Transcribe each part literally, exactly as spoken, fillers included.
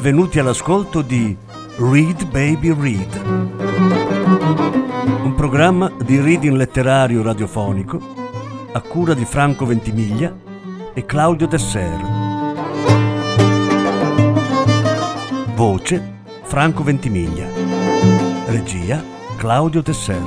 benvenuti all'ascolto di Read Baby Read, un programma di reading letterario radiofonico a cura di Franco Ventimiglia e Claudio Desser. Voce Franco Ventimiglia. Regia Claudio Desser.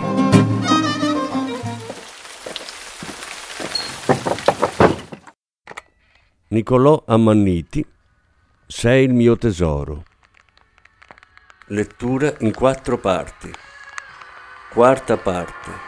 Niccolò Ammanniti, Sei il mio tesoro. Lettura in quattro parti. Quarta parte.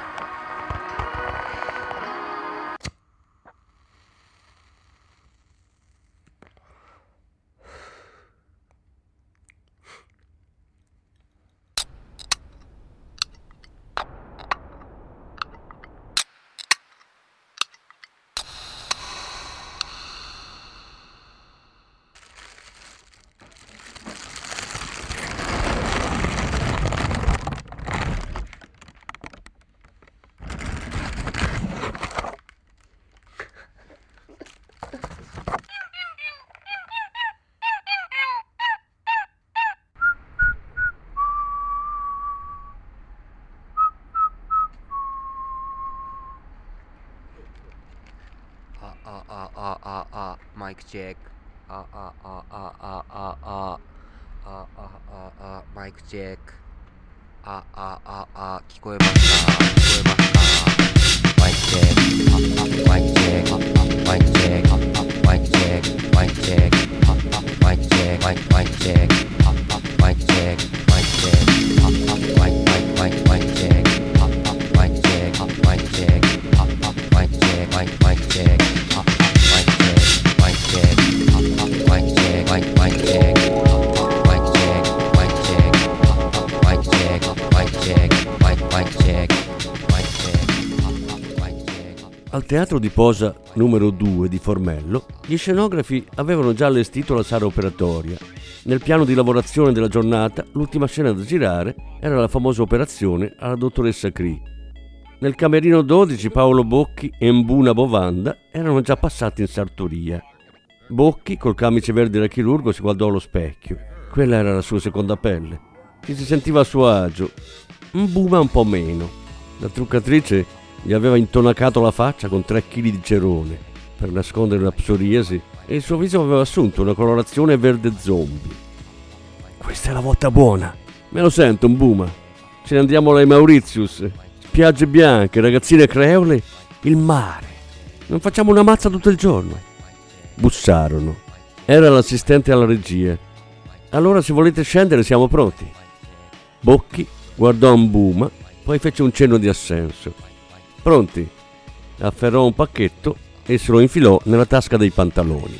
Ah ah ah ah ah mic check. Ah ah ah ah ah ah ah ah ah ah ah mic check. Ah ah ah ah 聞こえますか？聞こえますか？マイクチェック。マイクチェック。マイクチェック。マイクチェック。マイクチェック。マイクチェック。マイクマイクチェック。マイクチェック。マイクチェック。マイクマイクマイクマイクチェック。マイクチェック。マイクチェック。マイクチェック。マイクマイクチェック。 Al teatro di posa numero due di Formello, gli scenografi avevano già allestito la sala operatoria. Nel piano di lavorazione della giornata, l'ultima scena da girare era la famosa operazione alla dottoressa Cree. Nel camerino dodici Paolo Bocchi e Mbuna Bovanda erano già passati in sartoria. Bocchi, col camice verde da chirurgo, si guardò allo specchio. Quella era la sua seconda pelle. Ci si sentiva a suo agio. Mbuna un po' meno. La truccatrice gli aveva intonacato la faccia con tre chili di cerone per nascondere la psoriasi e il suo viso aveva assunto una colorazione verde zombie. Questa è la volta buona. Me lo sento, Mbuma. Ce ne andiamo alle Mauritius. Spiagge bianche, ragazzine creole, il mare. Non facciamo una mazza tutto il giorno. Bussarono. Era l'assistente alla regia. Allora, se volete scendere, siamo pronti. Bocchi guardò Mbuma, poi fece un cenno di assenso. Pronti? Afferrò un pacchetto e se lo infilò nella tasca dei pantaloni.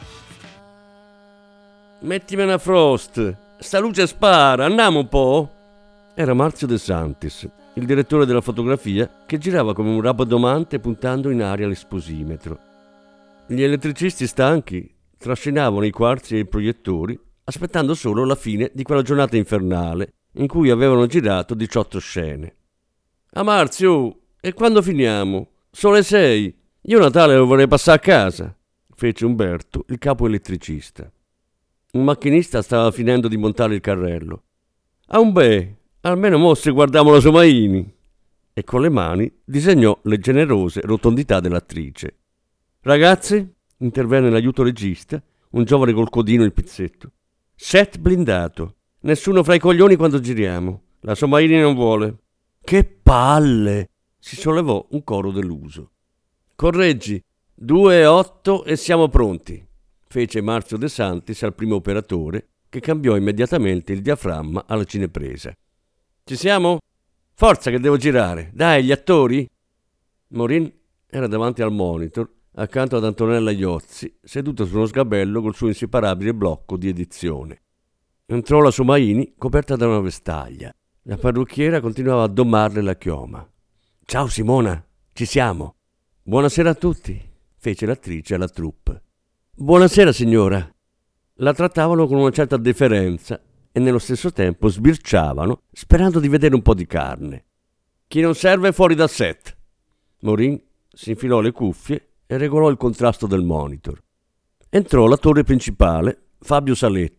Mettimi una Frost, sta luce spara, andiamo un po'. Era Marzio De Santis, il direttore della fotografia, che girava come un rabdomante puntando in aria l'esposimetro. Gli elettricisti stanchi trascinavano i quarzi e i proiettori, aspettando solo la fine di quella giornata infernale in cui avevano girato diciotto scene. A Marzio! E quando finiamo? Sono le sei. Io Natale lo vorrei passare a casa, fece Umberto, il capo elettricista. Un macchinista stava finendo di montare il carrello. Ah, un beh, almeno mo se guardiamo la Somaini. E con le mani disegnò le generose rotondità dell'attrice. Ragazzi, intervenne l'aiuto regista, un giovane col codino e il pizzetto. Set blindato. Nessuno fra i coglioni quando giriamo. La Somaini non vuole. Che palle! Si sollevò un coro deluso. Correggi, due e otto e siamo pronti, fece Marzio De Santis al primo operatore, che cambiò immediatamente il diaframma alla cinepresa. Ci siamo? Forza che devo girare, dai, gli attori! Morin era davanti al monitor, accanto ad Antonella Iozzi, seduta su uno sgabello col suo inseparabile blocco di edizione. Entrò la Somaini coperta da una vestaglia. La parrucchiera continuava a domarle la chioma. Ciao Simona, ci siamo. Buonasera a tutti, fece l'attrice alla troupe. Buonasera signora. La trattavano con una certa deferenza e nello stesso tempo sbirciavano, sperando di vedere un po' di carne. Chi non serve fuori dal set. Morin si infilò le cuffie e regolò il contrasto del monitor. Entrò l'attore principale, Fabio Saletti,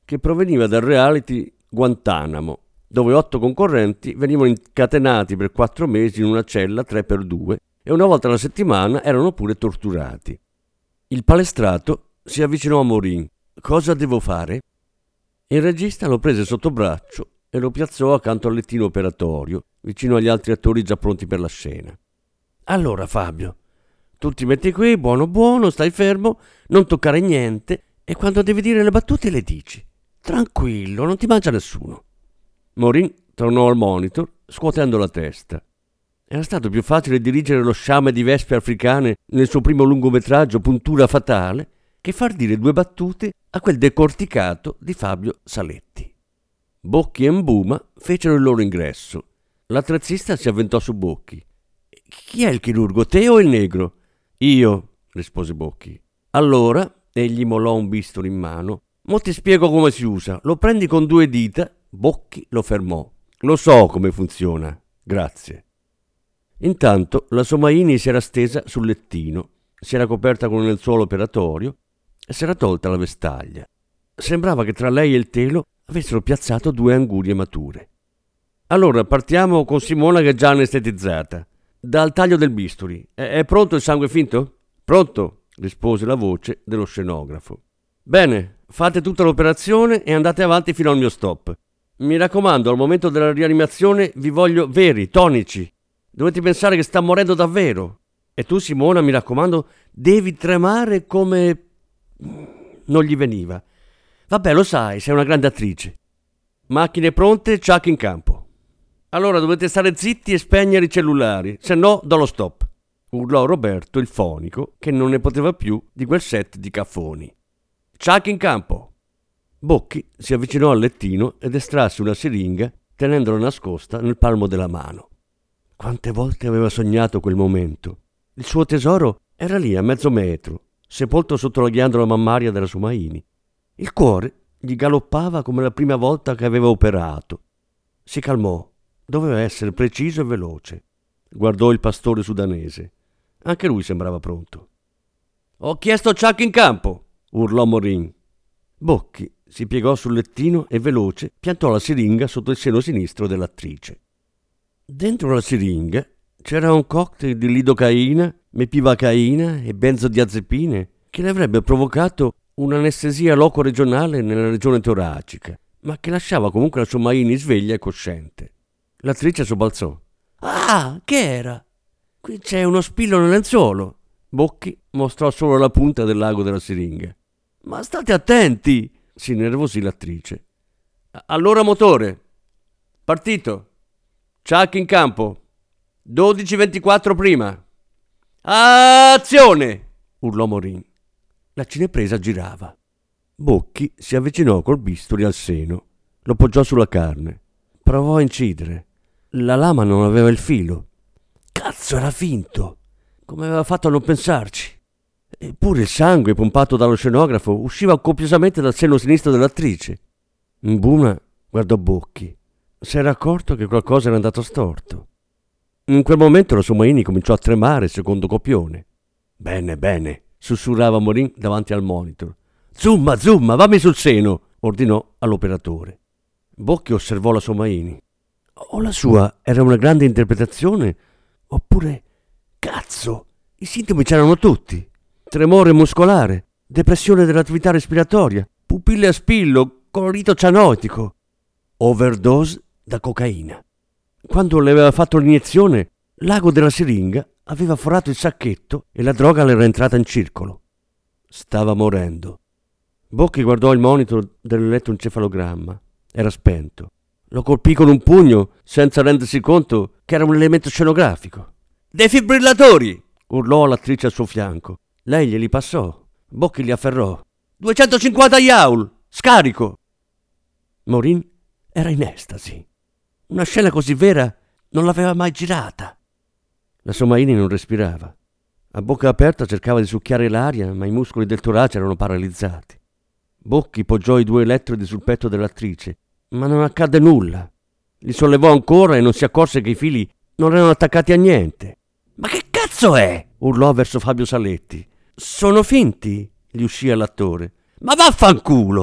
che proveniva dal reality Guantanamo, dove otto concorrenti venivano incatenati per quattro mesi in una cella tre per due e una volta alla settimana erano pure torturati. Il palestrato si avvicinò a Morin. «Cosa devo fare?» Il regista lo prese sotto braccio e lo piazzò accanto al lettino operatorio, vicino agli altri attori già pronti per la scena. «Allora, Fabio, tu ti metti qui, buono buono, stai fermo, non toccare niente, e quando devi dire le battute le dici. Tranquillo, non ti mangia nessuno». Morin tornò al monitor, scuotendo la testa. Era stato più facile dirigere lo sciame di vespe africane nel suo primo lungometraggio Puntura fatale che far dire due battute a quel decorticato di Fabio Saletti. Bocchi e Mbuma fecero il loro ingresso. L'attrezzista si avventò su Bocchi. «Chi è il chirurgo, te o il negro?» «Io», rispose Bocchi. «Allora», egli mollò un bisturi in mano, «mo ti spiego come si usa. Lo prendi con due dita». Bocchi lo fermò. «Lo so come funziona, grazie». Intanto la Somaini si era stesa sul lettino, si era coperta con il lenzuolo operatorio e si era tolta la vestaglia. Sembrava che tra lei e il telo avessero piazzato due angurie mature. «Allora partiamo con Simona che è già anestetizzata. Dal taglio del bisturi. È, è pronto il sangue finto?» «Pronto», rispose la voce dello scenografo. «Bene, fate tutta l'operazione e andate avanti fino al mio stop. Mi raccomando, al momento della rianimazione vi voglio veri, tonici. Dovete pensare che sta morendo davvero. E tu, Simona, mi raccomando, devi tremare come...» Non gli veniva. «Vabbè, lo sai, sei una grande attrice. Macchine pronte, Chuck in campo. Allora dovete stare zitti e spegnere i cellulari, se no do lo stop», urlò Roberto, il fonico, che non ne poteva più di quel set di caffoni. «Chuck in campo». Bocchi si avvicinò al lettino ed estrasse una siringa tenendola nascosta nel palmo della mano. Quante volte aveva sognato quel momento. Il suo tesoro era lì a mezzo metro, sepolto sotto la ghiandola mammaria della Somaini. Il cuore gli galoppava come la prima volta che aveva operato. Si calmò. Doveva essere preciso e veloce. Guardò il pastore sudanese. Anche lui sembrava pronto. «Ho chiesto Chuck in campo», urlò Morin. Bocchi si piegò sul lettino e veloce piantò la siringa sotto il seno sinistro dell'attrice. Dentro la siringa c'era un cocktail di lidocaina, mepivacaina e benzodiazepine che le avrebbe provocato un'anestesia loco-regionale nella regione toracica, ma che lasciava comunque la Somaini sveglia e cosciente. L'attrice sobbalzò. «Ah, che era? Qui c'è uno spillo nel lenzuolo». Bocchi mostrò solo la punta del lago della siringa. «Ma state attenti!» si innervosì l'attrice. «Allora motore. Partito. Chuck in campo. dodici ventiquattro prima. Azione!» urlò Morin. La cinepresa girava. Bocchi si avvicinò col bisturi al seno, lo poggiò sulla carne. Provò a incidere. La lama non aveva il filo. Cazzo, era finto! Come aveva fatto a non pensarci? Eppure il sangue pompato dallo scenografo usciva copiosamente dal seno sinistro dell'attrice. Mbuma guardò Bocchi. Si era accorto che qualcosa era andato storto. In quel momento la Somaini cominciò a tremare secondo copione. «Bene, bene», sussurrava Morin davanti al monitor. «Zumma, zumma, vammi sul seno», ordinò all'operatore. Bocchi osservò la Somaini. O la sua era una grande interpretazione, oppure, cazzo, i sintomi c'erano tutti. Tremore muscolare, depressione dell'attività respiratoria, pupille a spillo, colorito cianotico, overdose da cocaina. Quando le aveva fatto l'iniezione, l'ago della siringa aveva forato il sacchetto e la droga le era entrata in circolo. Stava morendo. Bocchi guardò il monitor dell'elettroencefalogramma. Era spento. Lo colpì con un pugno senza rendersi conto che era un elemento scenografico. «Defibrillatori!» urlò all'attrice al suo fianco. Lei glieli passò. Bocchi li afferrò. «duecentocinquanta Yaul! Scarico!» Morin era in estasi. Una scena così vera non l'aveva mai girata. La Somaini non respirava. A bocca aperta cercava di succhiare l'aria, ma i muscoli del torace erano paralizzati. Bocchi poggiò i due elettrodi sul petto dell'attrice, ma non accadde nulla. Li sollevò ancora e non si accorse che i fili non erano attaccati a niente. «Ma che cazzo è?» urlò verso Fabio Saletti. «Sono finti?» gli uscì all'attore. «Ma vaffanculo!»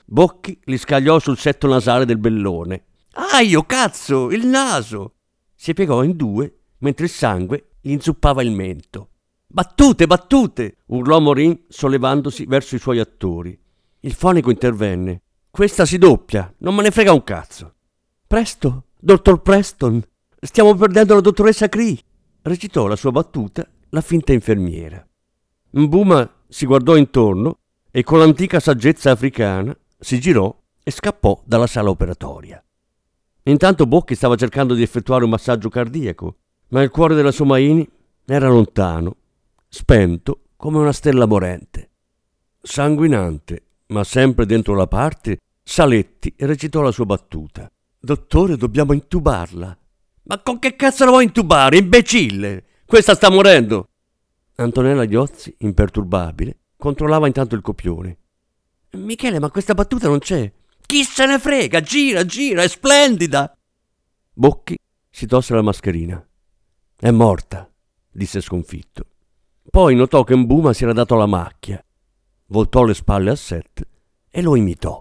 Bocchi li scagliò sul setto nasale del bellone. «Aio, cazzo, il naso!» Si piegò in due mentre il sangue gli inzuppava il mento. «Battute, battute!» urlò Morin sollevandosi verso i suoi attori. Il fonico intervenne. «Questa si doppia, non me ne frega un cazzo!» «Presto, dottor Preston, stiamo perdendo la dottoressa Cree!» recitò la sua battuta la finta infermiera. Mbuma si guardò intorno e con l'antica saggezza africana si girò e scappò dalla sala operatoria. Intanto Bocchi stava cercando di effettuare un massaggio cardiaco, ma il cuore della Somaini era lontano, spento come una stella morente. Sanguinante, ma sempre dentro la parte, Saletti recitò la sua battuta. «Dottore, dobbiamo intubarla». «Ma con che cazzo la vuoi intubare, imbecille? Questa sta morendo!» Antonella Ghiozzi, imperturbabile, controllava intanto il copione. «Michele, ma questa battuta non c'è!» «Chi se ne frega? Gira, gira, è splendida!» Bocchi si tosse la mascherina. «È morta», disse sconfitto. Poi notò che Mbuma si era dato la macchia. Voltò le spalle a Seth e lo imitò.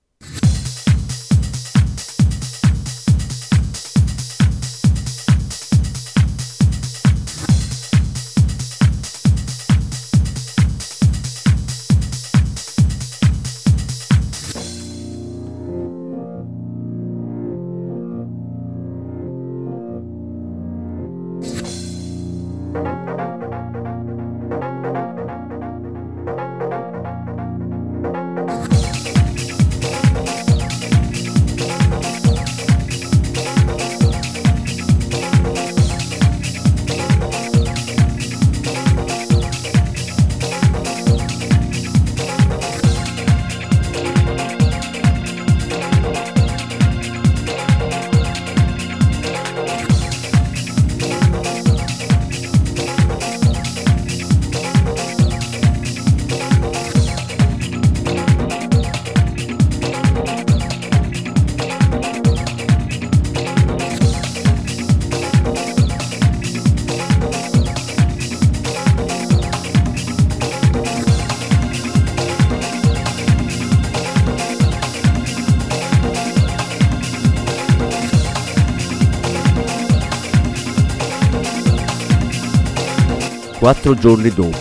Quattro giorni dopo.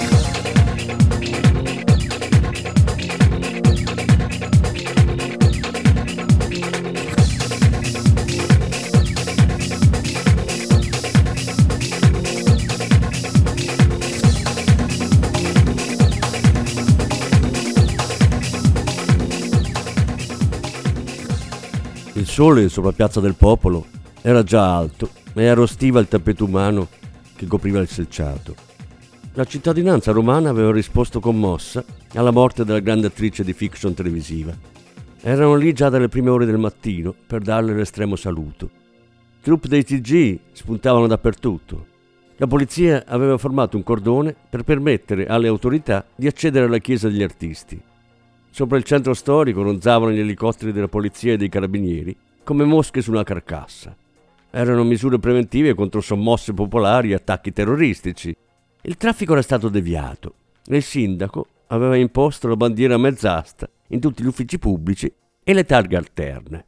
Il sole sopra Piazza del Popolo era già alto e arrostiva il tappeto umano che copriva il selciato. La cittadinanza romana aveva risposto commossa alla morte della grande attrice di fiction televisiva. Erano lì già dalle prime ore del mattino per darle l'estremo saluto. Troupe dei T G spuntavano dappertutto. La polizia aveva formato un cordone per permettere alle autorità di accedere alla chiesa degli artisti. Sopra il centro storico ronzavano gli elicotteri della polizia e dei carabinieri come mosche su una carcassa. Erano misure preventive contro sommosse popolari e attacchi terroristici. Il traffico era stato deviato e il sindaco aveva imposto la bandiera a mezz'asta in tutti gli uffici pubblici e le targhe alterne.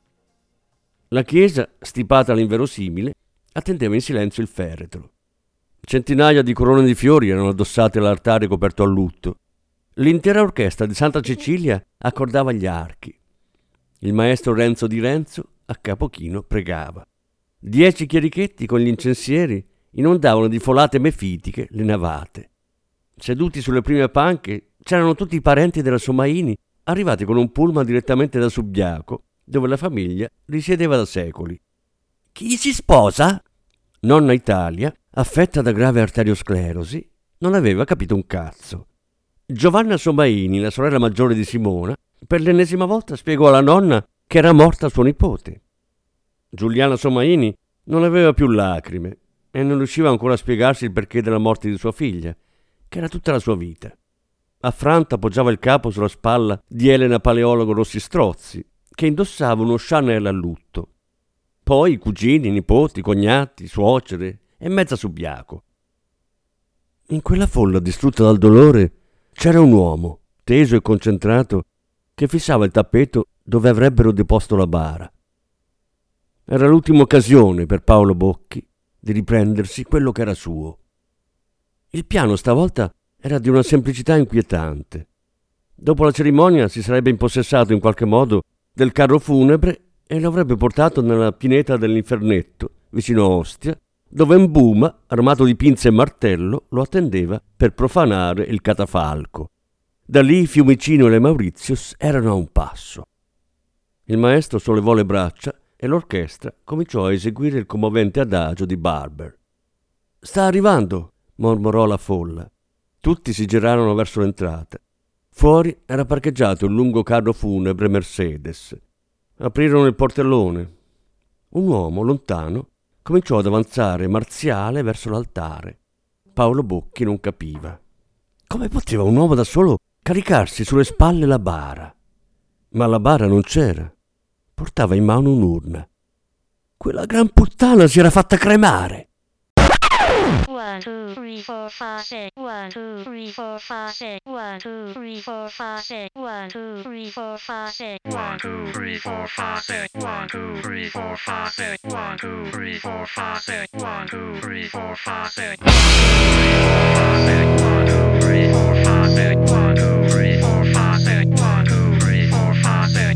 La chiesa, stipata all'inverosimile, attendeva in silenzio il feretro. Centinaia di corone di fiori erano addossate all'altare coperto a lutto. L'intera orchestra di Santa Cecilia accordava gli archi. Il maestro Renzo di Renzo, a capochino, pregava. Dieci chierichetti con gli incensieri inondavano di folate mefitiche le navate. Seduti sulle prime panche c'erano tutti i parenti della Somaini, arrivati con un pullman direttamente da Subiaco, dove la famiglia risiedeva da secoli. Chi si sposa? Nonna Italia, affetta da grave arteriosclerosi, non aveva capito un cazzo. Giovanna Somaini, la sorella maggiore di Simona, per l'ennesima volta spiegò alla nonna che era morta suo nipote. Giuliana Somaini non aveva più lacrime e non riusciva ancora a spiegarsi il perché della morte di sua figlia, che era tutta la sua vita. Affranta appoggiava il capo sulla spalla di Elena Paleologo Rossistrozzi, che indossava uno Chanel a lutto. Poi cugini, nipoti, cognati, suocere e mezza Subiaco. In quella folla distrutta dal dolore c'era un uomo, teso e concentrato, che fissava il tappeto dove avrebbero deposto la bara. Era l'ultima occasione per Paolo Bocchi di riprendersi quello che era suo. Il piano stavolta era di una semplicità inquietante. Dopo la cerimonia si sarebbe impossessato in qualche modo del carro funebre e lo avrebbe portato nella pineta dell'Infernetto, vicino a Ostia, dove Mbuma, armato di pinze e martello, lo attendeva per profanare il catafalco. Da lì Fiumicino e le Mauritius erano a un passo. Il maestro sollevò le braccia e l'orchestra cominciò a eseguire il commovente adagio di Barber. «Sta arrivando», mormorò la folla. Tutti si girarono verso l'entrata. Fuori era parcheggiato il lungo carro funebre Mercedes. Aprirono il portellone. Un uomo lontano cominciò ad avanzare marziale verso l'altare. Paolo Bocchi non capiva. Come poteva un uomo da solo caricarsi sulle spalle la bara? Ma la bara non c'era. Portava in mano un'urna. Quella gran puttana si era fatta cremare. One, two, three, four, five, six. One, two, three, four, five, six. One, two, three, four, five, six. One, two, three, four, five, six. One, two, three, four, five, six. One, two, three, four, five, six. One, two, three, four, five, six. One, two, three, four, five, six. One, two, three, four, five, six. One, two, three, four, five, six. One, two, three, four, five, six.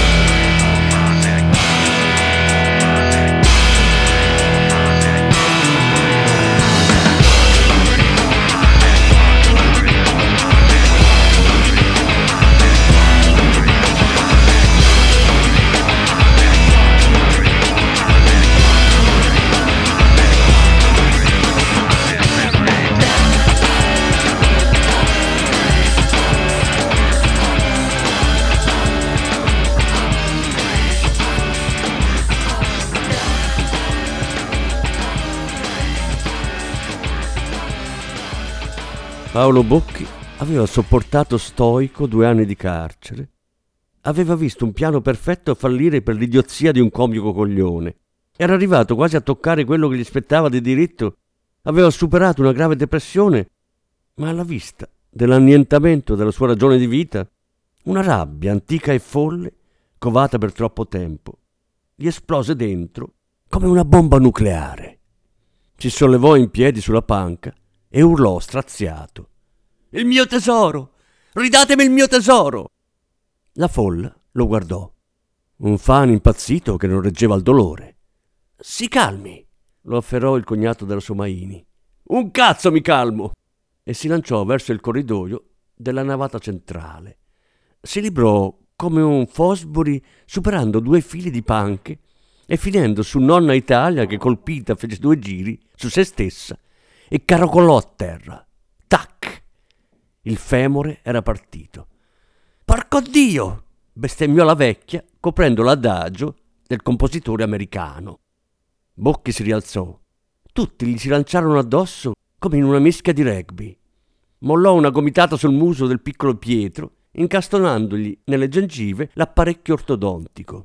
Paolo Bocchi aveva sopportato stoico due anni di carcere. Aveva visto un piano perfetto fallire per l'idiozia di un comico coglione. Era arrivato quasi a toccare quello che gli spettava di diritto. Aveva superato una grave depressione, ma alla vista dell'annientamento della sua ragione di vita, una rabbia antica e folle, covata per troppo tempo, gli esplose dentro come una bomba nucleare. Si sollevò in piedi sulla panca e urlò straziato: «Il mio tesoro! Ridatemi il mio tesoro!» La folla lo guardò. Un fan impazzito che non reggeva il dolore. «Si calmi!» lo afferrò il cognato della Somaini. «Un cazzo mi calmo!» E si lanciò verso il corridoio della navata centrale. Si librò come un Fosbury superando due fili di panche e finendo su nonna Italia che colpita fece due giri su se stessa e caracolò a terra. Tac! Il femore era partito. «Porco Dio!» bestemmiò la vecchia, coprendo l'adagio del compositore americano. Bocchi si rialzò. Tutti gli si lanciarono addosso come in una mischia di rugby. Mollò una gomitata sul muso del piccolo Pietro, incastonandogli nelle gengive l'apparecchio ortodontico.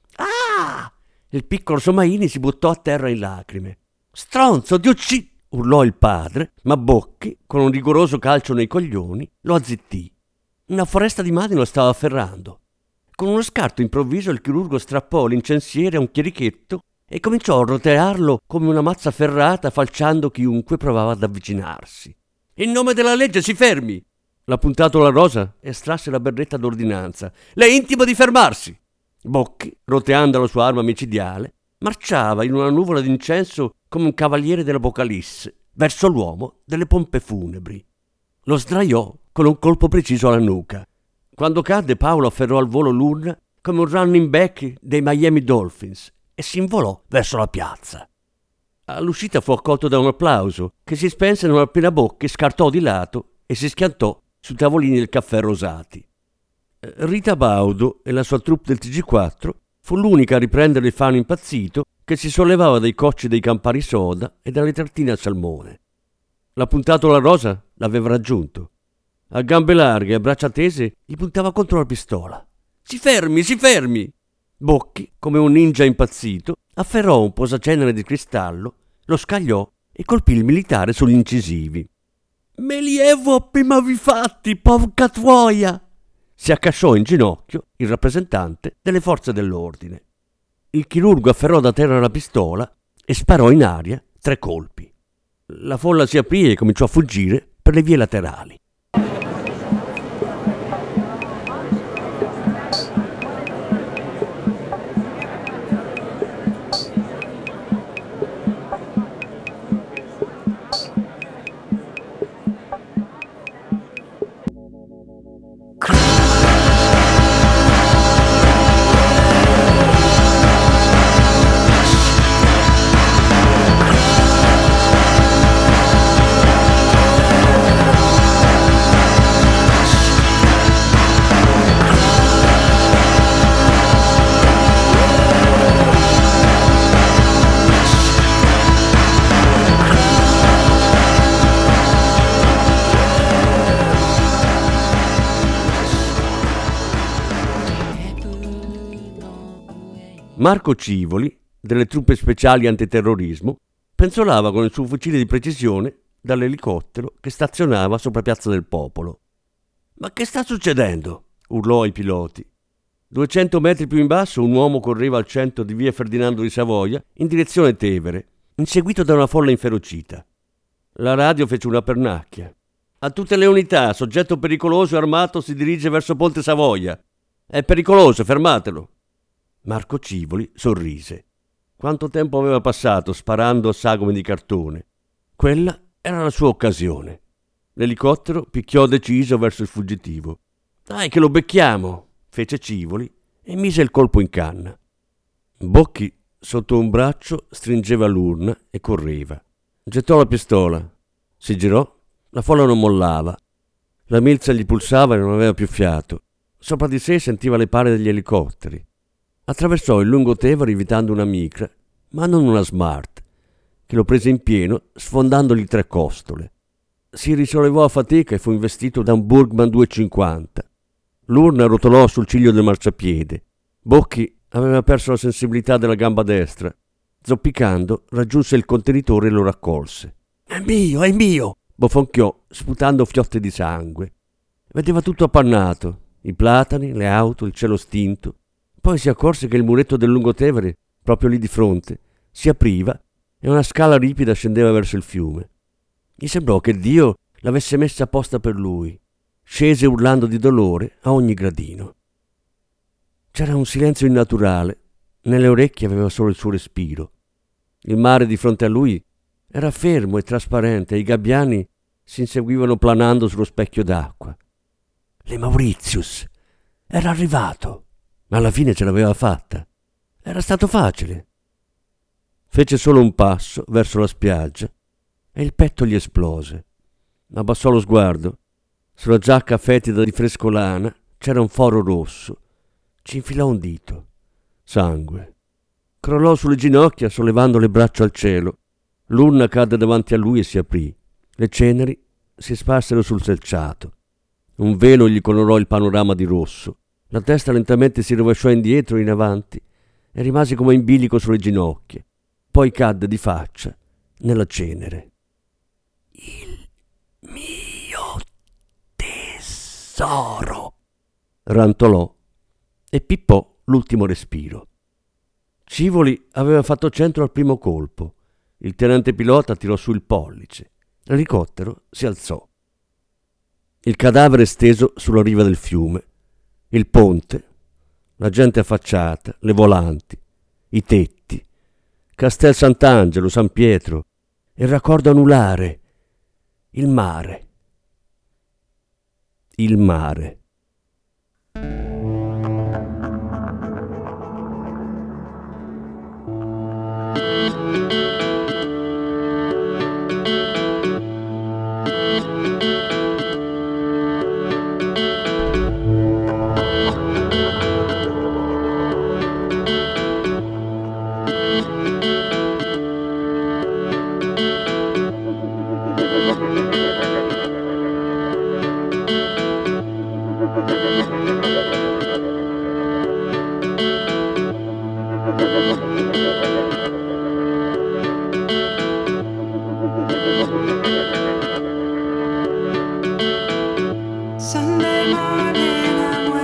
«Ah!» Il piccolo Somaini si buttò a terra in lacrime. «Stronzo, ti ucci...» urlò il padre, ma Bocchi, con un rigoroso calcio nei coglioni, lo azzittì. Una foresta di mani lo stava afferrando. Con uno scarto improvviso il chirurgo strappò l'incensiere a un chierichetto e cominciò a rotearlo come una mazza ferrata, falciando chiunque provava ad avvicinarsi. «In nome della legge si fermi!» L'appuntato La Rosa estrasse la berretta d'ordinanza. «Le intimo di fermarsi!» Bocchi, roteando la sua arma micidiale, marciava in una nuvola d'incenso come un cavaliere dell'Apocalisse verso l'uomo delle pompe funebri. Lo sdraiò con un colpo preciso alla nuca. Quando cadde, Paolo afferrò al volo l'urna come un running back dei Miami Dolphins e si involò verso la piazza. All'uscita fu accolto da un applauso che si spense non appena Bocchi scartò di lato e si schiantò sui tavolini del caffè Rosati. Rita Baudo e la sua troupe del T G quattro fu l'unica a riprendere il fan impazzito che si sollevava dai cocci dei Campari Soda e dalle tartine al salmone. L'appuntato La Rosa l'aveva raggiunto. A gambe larghe e a braccia tese gli puntava contro la pistola. «Si fermi, si fermi!» Bocchi, come un ninja impazzito, afferrò un posacenere di cristallo, lo scagliò e colpì il militare sugli incisivi. «Me lievo prima vi fatti, porca tuoia!» si accasciò in ginocchio il rappresentante delle forze dell'ordine. Il chirurgo afferrò da terra la pistola e sparò in aria tre colpi. La folla si aprì e cominciò a fuggire per le vie laterali. Marco Civoli, delle truppe speciali antiterrorismo, penzolava con il suo fucile di precisione dall'elicottero che stazionava sopra Piazza del Popolo. «Ma che sta succedendo?» urlò ai piloti. Duecento metri più in basso un uomo correva al centro di via Ferdinando di Savoia in direzione Tevere, inseguito da una folla inferocita. La radio fece una pernacchia. «A tutte le unità, soggetto pericoloso e armato si dirige verso Ponte Savoia. È pericoloso, fermatelo!» Marco Civoli sorrise. Quanto tempo aveva passato sparando a sagome di cartone? Quella era la sua occasione. L'elicottero picchiò deciso verso il fuggitivo. «Dai che lo becchiamo!» fece Civoli e mise il colpo in canna. Bocchi, sotto un braccio, stringeva l'urna e correva. Gettò la pistola. Si girò. La folla non mollava. La milza gli pulsava e non aveva più fiato. Sopra di sé sentiva le pale degli elicotteri. Attraversò il lungotevere evitando una micra, ma non una smart, che lo prese in pieno sfondandogli tre costole. Si risollevò a fatica e fu investito da un Burgman duecentocinquanta. L'urna rotolò sul ciglio del marciapiede. Bocchi aveva perso la sensibilità della gamba destra. Zoppicando raggiunse il contenitore e lo raccolse. «È mio, è mio!» bofonchiò, sputando fiotte di sangue. Vedeva tutto appannato, i platani, le auto, il cielo stinto. Poi si accorse che il muretto del lungotevere, proprio lì di fronte, si apriva e una scala ripida scendeva verso il fiume. Gli sembrò che Dio l'avesse messa apposta per lui. Scese urlando di dolore a ogni gradino. C'era un silenzio innaturale. Nelle orecchie aveva solo il suo respiro. Il mare di fronte a lui era fermo e trasparente e i gabbiani si inseguivano planando sullo specchio d'acqua. Le Mauritius era arrivato. Ma alla fine ce l'aveva fatta. Era stato facile. Fece solo un passo verso la spiaggia e il petto gli esplose. Abbassò lo sguardo. Sulla giacca fetida di frescolana c'era un foro rosso. Ci infilò un dito. Sangue. Crollò sulle ginocchia sollevando le braccia al cielo. L'urna cadde davanti a lui e si aprì. Le ceneri si sparsero sul selciato. Un velo gli colorò il panorama di rosso. La testa lentamente si rovesciò indietro e in avanti e rimase come in bilico sulle ginocchia. Poi cadde di faccia nella cenere. «Il mio tesoro!» rantolò e pippò l'ultimo respiro. Civoli aveva fatto centro al primo colpo. Il tenente pilota tirò su il pollice. L'elicottero si alzò. Il cadavere steso sulla riva del fiume. Il ponte, la gente affacciata, le volanti, i tetti, Castel Sant'Angelo, San Pietro, il raccordo anulare, il mare. Il mare. Sunday morning, I'm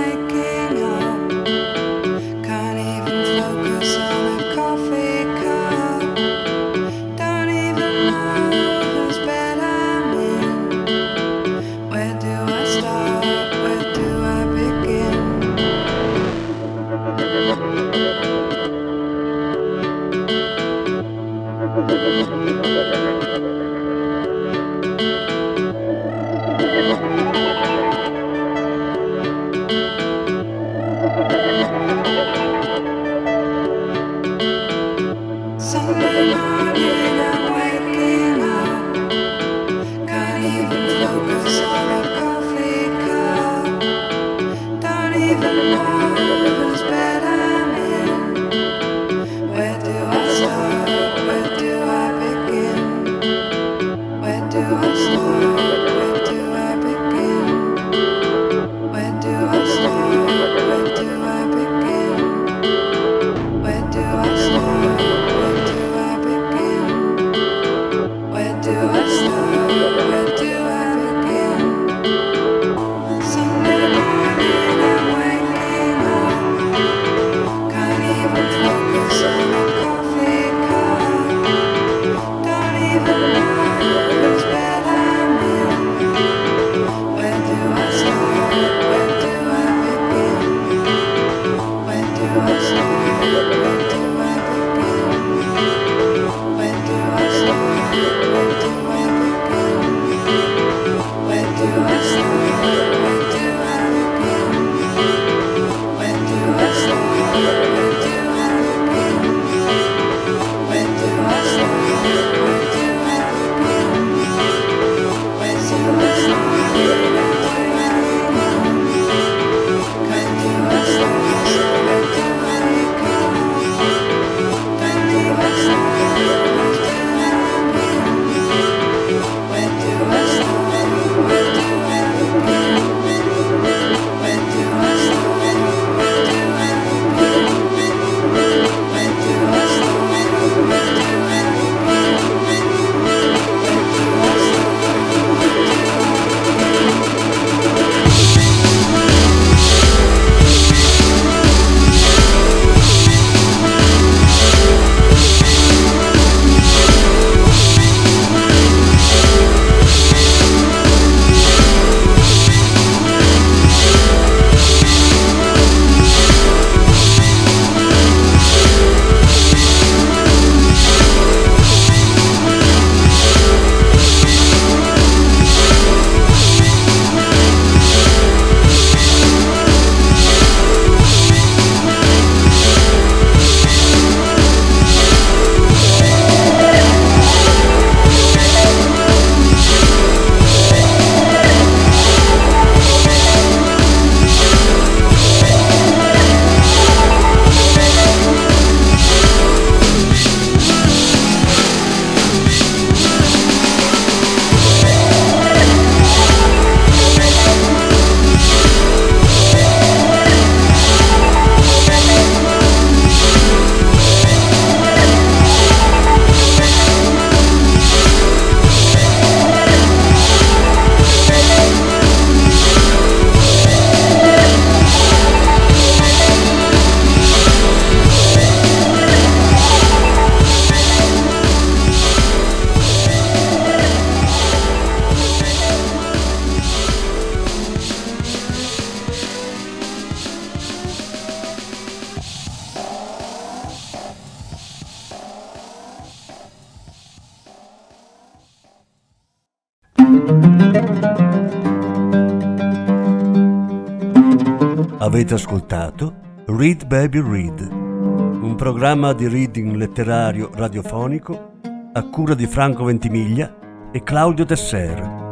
Avete ascoltato Read Baby Read, un programma di reading letterario radiofonico a cura di Franco Ventimiglia e Claudio Tesser.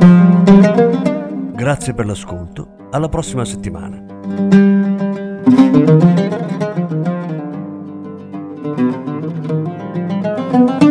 Grazie per l'ascolto, alla prossima settimana.